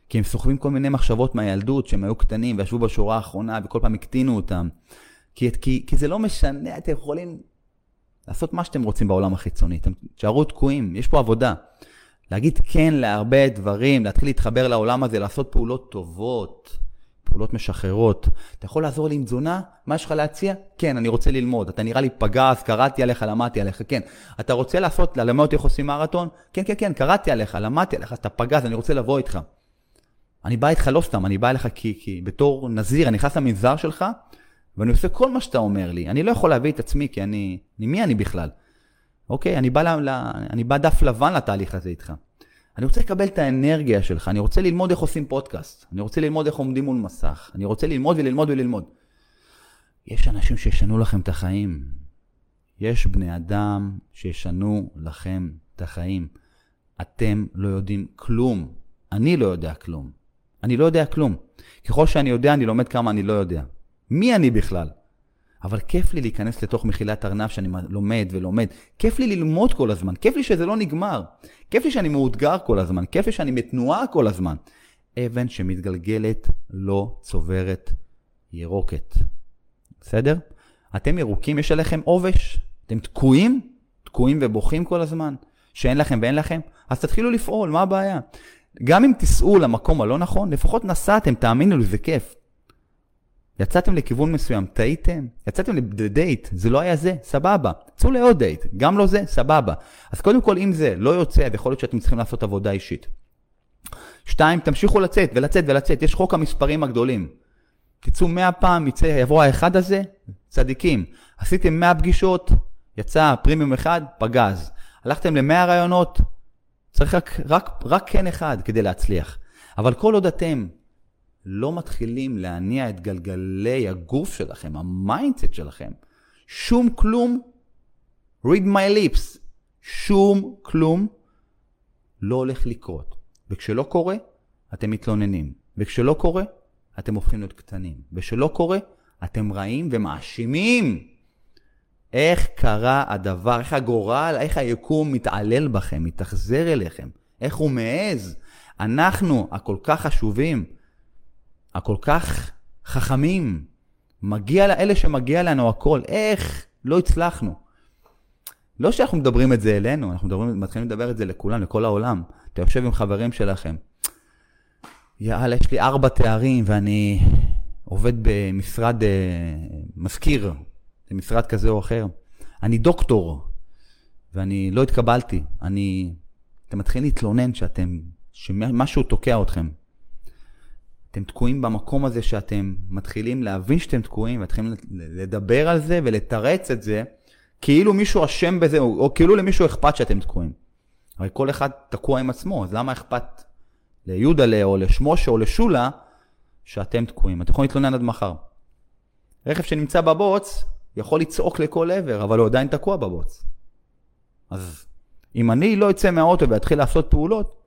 כי הם סוחבים כל מיני מחשבות מהילדות, שהם היו קטנים וישבו בשורה האחרונה, וכל פעם הקטינו אותם. כי זה לא משנה, אתם יכולים לעשות מה שאתם רוצים בעולם החיצוני. אתם תשארו תקועים, יש פה עבודה. להגיד כן להרבה דברים, להתחיל להתחבר לעולם הזה, לעשות פעולות טובות, פעולות משחררות. אתה יכול לעזור לי עם תזונה? מה יש לך להציע? כן, אני רוצה ללמוד. אתה נראה לי פגז, קראתי עליך, למדתי עליך. כן. אתה רוצה ללמד איך עושים מרתון? כן, כן, כן, קראתי עליך, למדתי עליך, אתה פגז, אני רוצה לבוא איתך. אני בא איתך לא סתם, אני בא אליך כי בתור נזיר, אני נכנס למנזר שלך, ואני עושה כל מה שאתה אומר לי. אני לא יכול להביא את עצמי, כי מי אני בכלל? אוקיי? אני בא דף לבן לתהליך הזה איתך. אני רוצה לקבל את האנרגיה שלך, אני רוצה ללמוד איך עושים פודקאסט, אני רוצה ללמוד איך עומדים מול מסך, אני רוצה ללמוד וללמוד וללמוד. יש אנשים שישנו לכם את החיים. יש בני אדם שישנו לכם את החיים. אתם לא יודעים כלום. אני לא יודע כלום. אני לא יודע כלום. ככל שאני יודע, אני לומד כמה אני לא יודע. מי אני בכלל? אבל כיף לי להיכנס לתוך מחילת ארנב שאני לומד ולומד. כיף לי ללמוד כל הזמן. כיף לי שזה לא נגמר. כיף לי שאני מאותגר כל הזמן. כיף לי שאני בתנועה כל הזמן. אבן שמתגלגלת לא צוברת ירוקת. בסדר? אתם ירוקים, יש עליכם עובש. אתם תקועים ובוכים כל הזמן. שאין לכם ואין לכם. אז תתחילו לפעול, מה הבעיה? גם אם תסעו למקום הלא נכון, לפחות נסעתם, תאמינו לי, זה כיף. יצאתם לכיוון מסוים, טעיתם, יצאתם לדייט, זה לא היה זה, סבבה. צאו לעוד דייט, גם לא זה, סבבה. אז קודם כל, אם זה לא יוצא, יכול להיות שאתם צריכים לעשות עבודה אישית. 2, תמשיכו לצאת ולצאת ולצאת, יש חוק המספרים הגדולים. תצאו 100 פעם, יבוא האחד הזה, צדיקים. עשיתם 100 פגישות, יצא פרימיום אחד, פגז. הלכתם ל100 רעיונות, צריך רק כן אחד כדי להצליח. אבל כל עוד אתם לא מתחילים להניע את גלגלי הגוף שלכם, המיינדסט שלכם, שום כלום, read my lips, שום כלום לא הולך לקרות. וכשלא קורה, אתם מתלוננים. וכשלא קורה, אתם הופכים להיות קטנים. וכשלא קורה, אתם רעים ומאשימים. איך קרה הדבר, איך הגורל, איך היקום מתעלל בכם, מתחזר אליכם, איך הוא מעז. אנחנו, הכל כך חשובים, הכל כך חכמים, מגיע לאלה שמגיע לנו הכל, איך לא הצלחנו. לא שאנחנו מדברים את זה אלינו, אנחנו מתחילים לדבר את זה לכולם, לכל העולם. אתה יושב עם חברים שלכם, יאללה, יש לי 4 תארים ואני עובד במשרד מזכיר, במשרד כזה או אחר. אני דוקטור ואני לא התקבלתי. אתם מתחילים להתלונן שמשהו תוקע אתכם. אתם תקועים במקום הזה שאתם מתחילים להבין שאתם תקועים, ומתחילים לדבר על זה ולתרץ את זה, כאילו מישהו אשם בזה, או כאילו למישהו אכפת שאתם תקועים. הרי כל אחד תקוע עם עצמו, אז למה אכפת ליודלה או לשמושה או לשולה שאתם תקועים? אתם יכולים להתלונן עד מחר. רכב שנמצא בבוץ יכול לצעוק לכל עבר, אבל הוא עדיין תקוע בבוץ. אז אם אני לא אצא מהאוטו ואתחיל לעשות פעולות,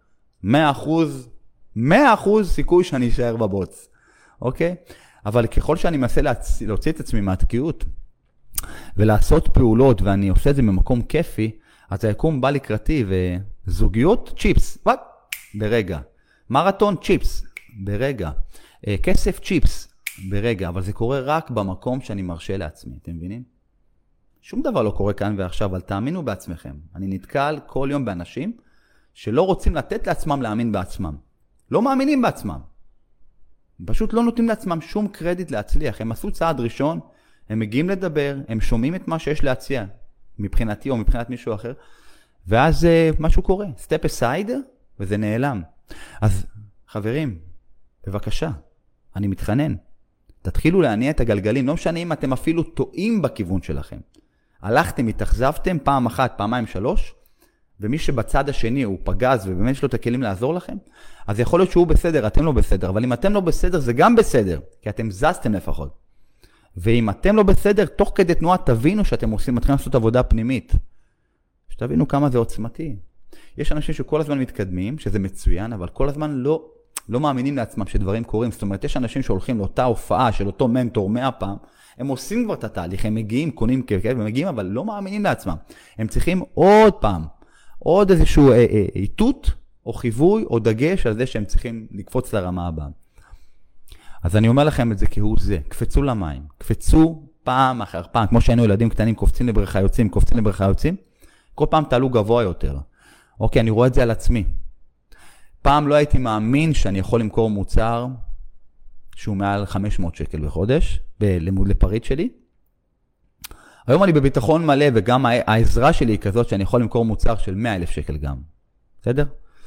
100% סיכוי שאני אשאר בבוץ. אוקיי? אבל ככל שאני מנסה להוציא את עצמי מהתקיעות, ולעשות פעולות, ואני עושה את זה ממקום כיפי, אז היקום בא לקראתי, וזוגיות, צ'יפס, ברגע. מרתון, צ'יפס, ברגע. כסף, צ'יפס, ברגע. אבל זה קורה רק במקום שאני מרשה לעצמי, אתם מבינים? שום דבר לא קורה כאן ועכשיו, אבל תאמינו בעצמכם. אני נתקל כל יום באנשים שלא רוצים לתת לעצמם להאמין בעצמם. לא מאמינים בעצמם. הם פשוט לא נותנים לעצמם שום קרדיט להצליח. הם עשו צעד ראשון, הם מגיעים לדבר, הם שומעים את מה שיש להציע, מבחינתי או מבחינת מישהו אחר, ואז משהו קורה, step aside, וזה נעלם. אז חברים, בבקשה, אני מתחנן, תתחילו להניע את הגלגלים, לא משנה אם אתם אפילו טועים בכיוון שלכם. הלכתם, התאכזבתם פעם אחת, פעמיים, 3, ומי שבצד השני הוא פגז ובאמת יש לו את הכלים לעזור לכם, אז יכול להיות שהוא בסדר, אתם לא בסדר, אבל אם אתם לא בסדר זה גם בסדר, כי אתם זזתם לפחות. ואם אתם לא בסדר, תוך כדי תנועה תבינו שאתם מתחילים לעשות עבודה פנימית. שתבינו כמה זה עוצמתי. יש אנשים שכל הזמן מתקדמים, שזה מצוין, אבל כל הזמן לא מאמינים לעצמם שדברים קורים. זאת אומרת, יש אנשים שהולכים לאותה הופעה של אותו מנטור 100 פעם, הם עושים כבר את התהליך, הם מגיעים, קונים כיף, הם מגיעים, אבל לא מאמינים לעצמם. הם צריכים עוד פעם, עוד איזשהו איתות, או חיווי, או דגש על זה שהם צריכים לקפוץ לרמה הבאה. אז אני אומר לכם את זה כהוא זה, קפצו למים, קפצו פעם אחר פעם, כמו שהיינו ילדים קטנים, קופצים לבריכה יוצאים, קופצים לבריכה יוצאים, כל פעם תעלו גבוה יותר. אוקיי, אני רואה את זה על עצמי. פעם לא הייתי מאמין שאני יכול למכור מוצר שהוא מעל 500 שקל בחודש, בלימוד לפריט שלי. היום אני בביטחון מלא, וגם העזרה שלי היא כזאת שאני יכול למכור מוצר של 100,000 שקל גם. בסדר?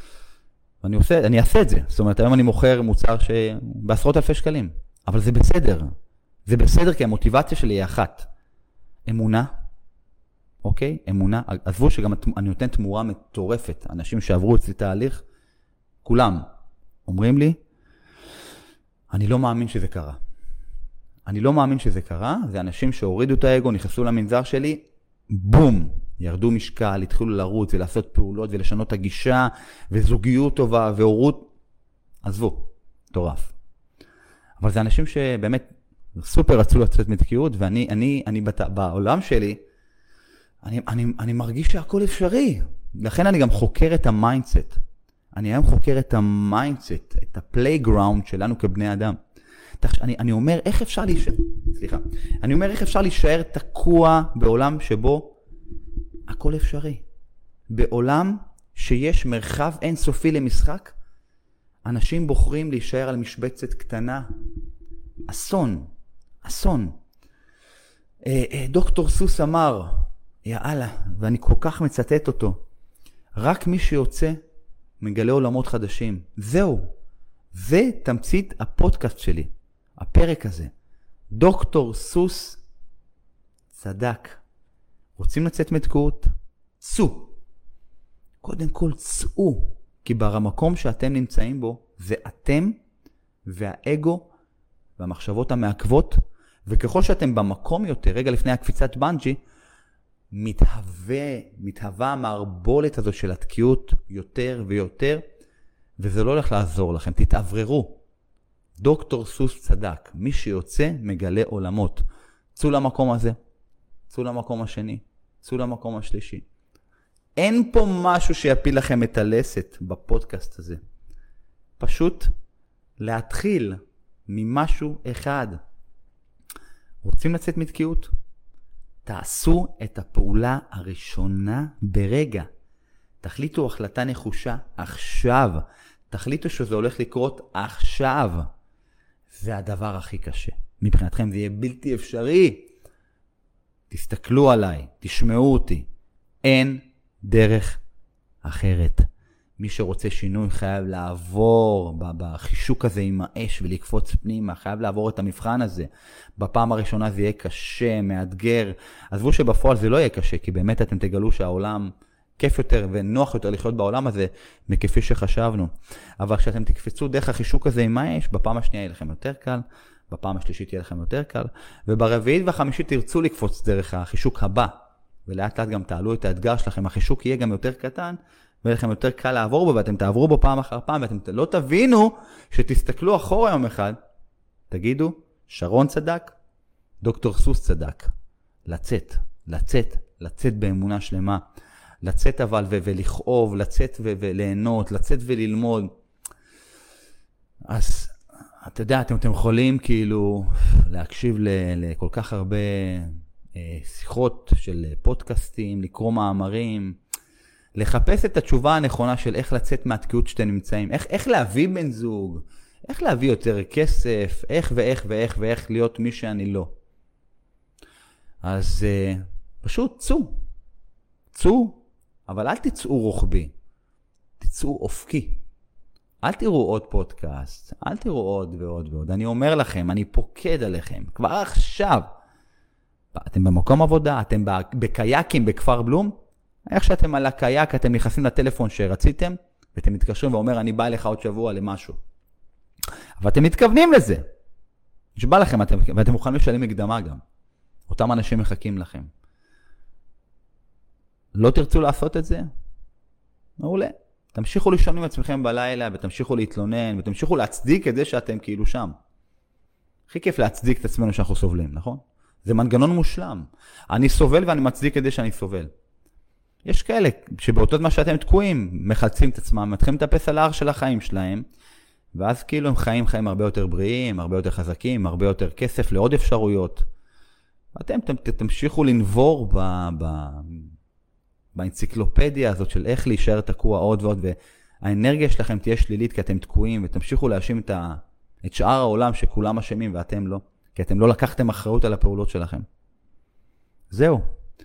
אני אעשה את זה. זאת אומרת, היום אני מוכר מוצר בעשרות אלפי שקלים. אבל זה בסדר. זה בסדר כי המוטיבציה שלי היא אחת. אמונה. אוקיי? אמונה. עזבו שגם אני נותן תמורה מטורפת. אנשים שעברו אצלי תהליך, כולם אומרים לי, אני לא מאמין שזה קרה. אני לא מאמין שזה קרה. זה אנשים שהורידו את האגו, נכנסו למנזר שלי, בום. ירדו משקל, התחילו לרוץ ולעשות פעולות ולשנות הגישה, וזוגיות טובה והורות. עזבו, מטורף. אבל זה אנשים שבאמת סופר רצו לצאת מתקיעות, ואני בעולם שלי, אני מרגיש שהכל אפשרי. לכן אני גם חוקר את המיינדסט. אני היום חוקר את המיינדסט, את הפלייגראונד שלנו כבני אדם. אני אומר, איך אפשר להישאר? סליחה. אני אומר, איך אפשר להישאר תקוע בעולם שבו הכל אפשרי. בעולם שיש מרחב אינסופי למשחק, אנשים בוחרים להישאר על משבצת קטנה. אסון. אסון. דוקטור סוס אמר, יאללה, ואני כל כך מצטט אותו, רק מי שיוצא מגלה עולמות חדשים. זהו. זה תמצית הפודקאסט שלי. הפרק הזה. דוקטור סוס צדק. רוצים לצאת מתקעות? צאו. קודם כל צאו. כי במקום שאתם נמצאים בו, זה אתם והאגו והמחשבות המעכבות. וככל שאתם במקום יותר, רגע לפני הקפיצת בנג'י, מתהווה המערבולת הזו של התקיעות יותר ויותר, וזה לא הולך לעזור לכם. תתעבררו. דוקטור סוס צדק. מי שיוצא מגלה עולמות. צאו למקום הזה. צאו למקום השני. צאו למקום השלישי. אין פה משהו שיפיל לכם את הלסת בפודקאסט הזה. פשוט להתחיל ממשהו אחד. רוצים לצאת מתקיעות? תעשו את הפעולה הראשונה ברגע. תחליטו החלטה נחושה עכשיו. תחליטו שזה הולך לקרות עכשיו. זה הדבר הכי קשה. מבחינתכם זה יהיה בלתי אפשרי. תסתכלו עליי, תשמעו אותי. אין דרך אחרת. מי שרוצה שינוי חייב לעבור בחישוק הזה עם האש ולקפוץ פנימה, חייב לעבור את המבחן הזה. בפעם הראשונה זה יהיה קשה, מאתגר. עזבו שבפועל זה לא יהיה קשה, כי באמת אתם תגלו שהעולם כיף יותר ונוח יותר לחיות בעולם הזה, מכפי שחשבנו. אבל כשאתם תקפצו דרך החישוק הזה עם האש, בפעם השנייה יהיה לכם יותר קל, בפעם השלישית יהיה לכם יותר קל, וברביעית והחמישית תרצו לקפוץ דרך החישוק הבא, ולאט לאט גם תעלו את האתגר שלכם, החישוק יהיה גם יותר קטן, ויהיה לכם יותר קל לעבור בו, ואתם תעברו בו פעם אחר פעם, ואתם לא תבינו שתסתכלו אחורה יום אחד, תגידו, שרון צדק, דוקטור סוס צדק. לצאת באמונה שלמה, לצאת אבל ולכאוב, לצאת וליהנות, לצאת וללמוד. אז אתה יודע, אתם יכולים כאילו להקשיב לכל כך הרבה שיחות של פודקאסטים, לקרוא מאמרים, לחפש את התשובה הנכונה של איך לצאת מהתקיעות שאתם נמצאים, איך להביא בן זוג, איך להביא יותר כסף, איך להיות מי שאני לא. אז פשוט צאו, אבל אל תצאו רוחבי, תצאו אופקי. אל תראו עוד פודקאסט, אל תראו עוד ועוד ועוד. אני אומר לכם, אני פוקד עליכם, כבר עכשיו. אתם במקום עבודה, אתם בקייקים בכפר בלום, איך שאתם על הקייק, אתם נכנסים לטלפון שרציתם, ואתם מתקשרים ואומר, אני בא אליך עוד שבוע למשהו. אבל אתם מתכוונים לזה. נשבע לכם, ואתם מוכנים לשלם מקדמה גם. אותם אנשים מחכים לכם. לא תרצו לעשות את זה? מעולה. תמשיכו לישון עם עצמכם בלילה, ותמשיכו להתלונן, ותמשיכו להצדיק את זה שאתם כאילו שם. הכי כיף להצדיק את עצמנו שאנחנו סובלים, נכון? זה מנגנון מושלם. אני סובל ואני מצדיק את זה שאני סובל. יש כאלה שבאותו זמן שאתם תקועים, מחלצים את עצמם, מתחילים לטפס על ההר של החיים שלהם, ואז כאילו הם חיים הרבה יותר בריאים, הרבה יותר חזקים, הרבה יותר כסף לעוד אפשרויות. אתם תמשיכו לנבור באנציקלופדיה הזאת של איך להישאר תקוע עוד ועוד, והאנרגיה שלכם תהיה שלילית כי אתם תקועים, ותמשיכו להאשים את שאר העולם שכולם אשמים ואתם לא, כי אתם לא לקחתם אחריות על הפעולות שלכם. זהו.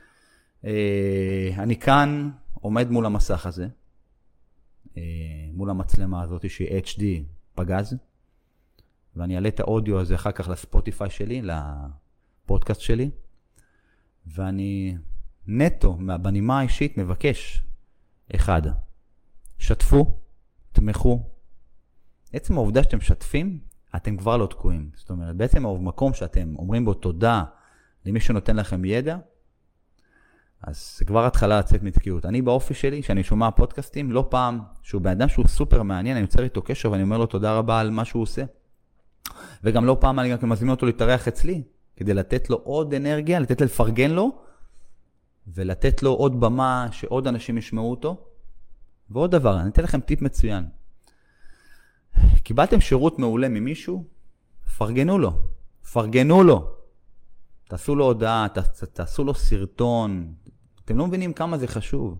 אני כאן עומד מול המסך הזה, מול המצלמה הזאת שהיא HD פגז, ואני אעלה את האודיו הזה אחר כך לספוטיפיי שלי, לפודקאסט שלי, ואני נטו, בנימה האישית, מבקש, 1, שתפו, תמכו. עצם העובדה שאתם שתפים, אתם כבר לא תקועים. זאת אומרת, בעצם המקום שאתם אומרים בו תודה למי שנותן לכם ידע, אז זה כבר התחלה לצאת מתקיעות. אני באופי שלי, שאני שומע פודקאסטים, לא פעם שהוא באדם שהוא סופר מעניין, אני יוצר איתו קשר ואני אומר לו תודה רבה על מה שהוא עושה. וגם לא פעם אני גם מזמין אותו להתארח אצלי, כדי לתת לו עוד אנרגיה, לתת לפרגן לו, ולתת לו עוד במה שעוד אנשים ישמעו אותו. ועוד דבר, אני אתן לכם טיפ מצוין. קיבלתם שירות מעולה ממישהו, פרגנו לו. פרגנו לו. תעשו לו הודעה, תעשו לו סרטון. אתם לא מבינים כמה זה חשוב.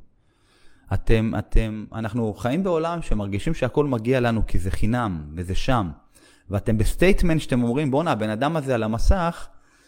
אנחנו חיים בעולם שמרגישים שהכל מגיע לנו כי זה חינם וזה שם. ואתם בסטייטמנט שאתם אומרים, בוא'נה, הבן אדם הזה על המסך,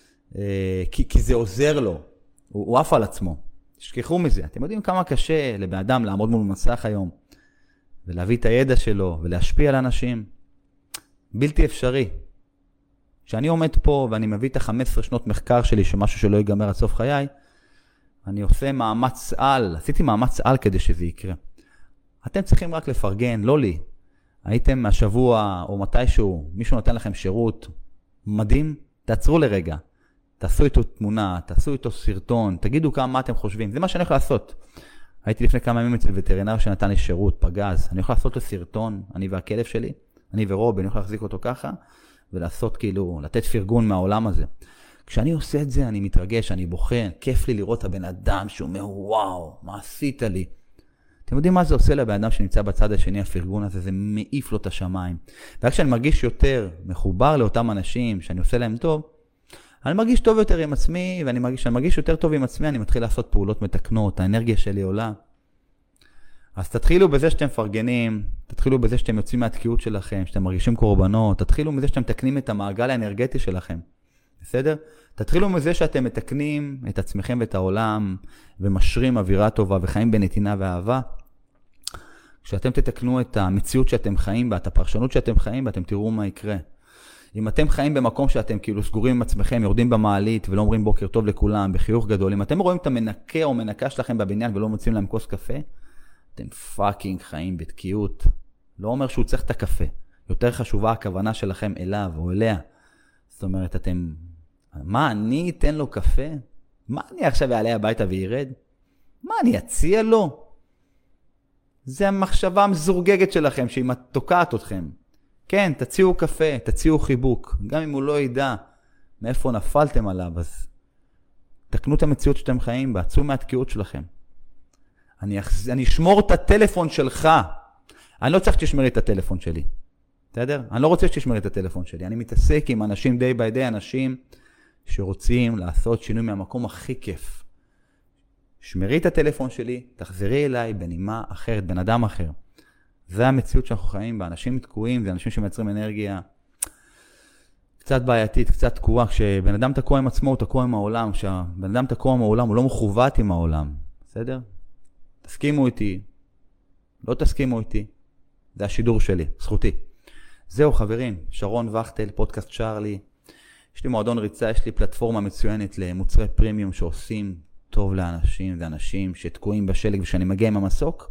כי זה עוזר לו. הוא עף על עצמו. תשכחו מזה. אתם יודעים כמה קשה לבן אדם לעמוד מול מסך היום, ולהביא את הידע שלו, ולהשפיע על אנשים. בלתי אפשרי. כשאני עומד פה, ואני מביא את 15 שנות מחקר שלי, שמשהו שלא ייגמר עד סוף חיי, אני עושה מאמץ על, עשיתי מאמץ על כדי שזה יקרה. אתם צריכים רק לפרגן, לא לי. הייתם מהשבוע, או מתישהו, מישהו נותן לכם שירות מדהים, תעצרו לרגע. תעשו איתו תמונה, תעשו איתו סרטון, תגידו מה אתם חושבים. זה מה שאני יכול לעשות. הייתי לפני כמה ימים אצל וטרינר שנתן לי שירות, פגז. אני יכול לעשות לו סרטון, אני והכלב שלי, אני ורובי, אני יכול להחזיק אותו ככה, ולעשות כאילו, לתת פרגון מהעולם הזה. כשאני עושה את זה, אני מתרגש, אני בוחן, כיף לי לראות הבן אדם שאומר, וואו, מה עשית לי? אתם יודעים מה זה עושה לבן אדם שנמצא בצד השני, הפרגון הזה, זה מעיף לו את השמיים. ורק כשאני מרגיש יותר מחובר לאותם אנשים, שאני עושה להם טוב, אני מרגיש טוב יותר עם עצמי, כשאני מרגיש יותר טוב עם עצמי, אני מתחיל לעשות פעולות מתקנות, האנרגיה שלי עולה. אז תתחילו בזה שאתם פרגנים, תתחילו בזה שאתם יוצאים מהתקיעות שלכם, שאתם מרגישים קורבנות, תתחילו מזה שאתם מתקנים את המעגל האנרגטי שלכם. בסדר? תתחילו מזה שאתם מתקנים את עצמכם ואת העולם, ומשרים אווירה טובה וחיים בנתינה ואהבה. כשאתם תתקנו את המציאות שאתם חיים בה, את הפרשנות שאתם חיים בה, אתם תראו מה יקרה. אם אתם חיים במקום שאתם כאילו סגורים עם עצמכם, יורדים במעלית ולא אומרים בוקר טוב לכולם, בחיוך גדול, אם אתם רואים את המנקה או מנקה שלכם בבניין ולא מוצאים להם כוס קפה, אתם פאקינג חיים בתקיעות. לא אומר שהוא צריך את הקפה. יותר חשובה הכוונה שלכם אליו או אליה. זאת אומרת, מה, אני אתן לו קפה? מה, אני עכשיו אעלה הביתה וירד? מה, אני אציע לו? זה המחשבה המזורגגת שלכם, שהיא תוקעת אתכם. כן, תציעו קפה, תציעו חיבוק. גם אם הוא לא ידע מאיפה נפלתם עליו, אז תקנו את המציאות שאתם חיים בה, צאו מהתקיעות שלכם. אני אשמור את הטלפון שלך. אני לא צריך שתשמרי את הטלפון שלי. בסדר? אני לא רוצה שתשמרי את הטלפון שלי. אני מתעסק עם אנשים day by day, אנשים שרוצים לעשות שינוי מהמקום הכי כיף. שמרי את הטלפון שלי, תחזרי אליי בנימה אחרת, בן אדם אחר. זה המציאות שאנחנו חיים בה. אנשים תקועים, זה אנשים שמייצרים אנרגיה קצת בעייתית, קצת תקועה. כשבן אדם תקוע עם עצמו, הוא תקוע עם העולם. כשבן אדם תקוע עם העולם, הוא לא מחוות עם העולם. בסדר? תסכימו איתי, לא תסכימו איתי. זה השידור שלי, זכותי. זהו חברים, שרון וכטל, פודקאסט צ'רלי. יש לי מועדון ריצה, יש לי פלטפורמה מצוינת למוצרי פרימיום שעושים טוב לאנשים. זה אנשים שתקועים בשלג ושאני מגיע עם המסוק,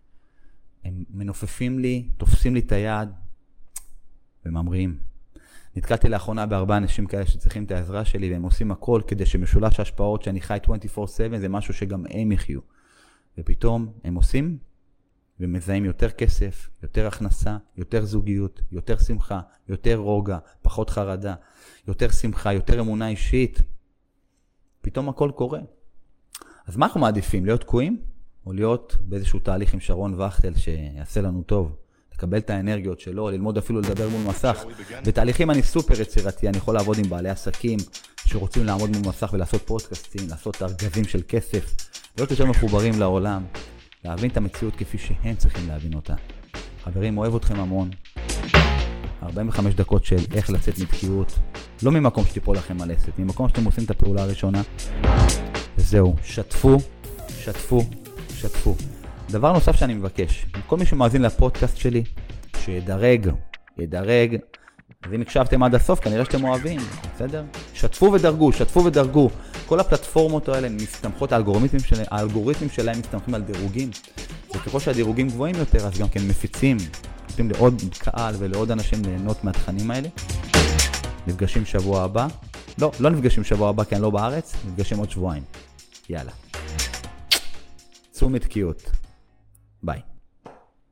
הם מנופפים לי, תופסים לי את היד וממריאים. נתקלתי לאחרונה ב4 אנשים כאלה שצריכים את העזרה שלי, והם עושים הכל כדי שמשולש ההשפעות שאני חי 24/7, זה משהו שגם הם יחיו. ופתאום הם עושים ומזהים יותר כסף, יותר הכנסה, יותר זוגיות, יותר שמחה, יותר רוגע, פחות חרדה, יותר שמחה, יותר אמונה אישית. פתאום הכל קורה. אז מה אנחנו מעדיפים? להיות תקועים? או להיות באיזשהו תהליך עם שרון וכטל שיעשה לנו טוב, לקבל את האנרגיות שלו, ללמוד אפילו לדבר מול מסך. בתהליכים אני סופר יצירתי, אני יכול לעבוד עם בעלי עסקים שרוצים לעמוד מול מסך ולעשות פודקאסטים, לעשות ארגזים של כסף, להיות יותר מחוברים לעולם, להבין את המציאות כפי שהם צריכים להבין אותה. חברים, אוהב אתכם המון. 45 דקות של איך לצאת מתקיעות, לא ממקום שתיפול לכם על עסק, ממקום שאתם עושים את הפעולה הראשונה. וזהו, שתפו, שתפו, שתפו. דבר נוסף שאני מבקש, כל מי שמאזין לפודקאסט שלי, שידרג, ידרג, אז אם הקשבתם עד הסוף, כנראה שאתם אוהבים, בסדר? שתפו ודרגו, שתפו ודרגו. כל הפלטפורמות האלה מסתמכות, האלגוריתמים שלהם מסתמכים על דירוגים, וככל שהדירוגים גבוהים יותר, אז גם כן מפיצים, נותנים לעוד קהל ולעוד אנשים ליהנות מהתכנים האלה. נפגשים שבוע הבא. לא נפגשים שבוע הבא כי אני לא בארץ, נפגשים עוד שבועיים. יאללה. צאו מתקיעות. ביי.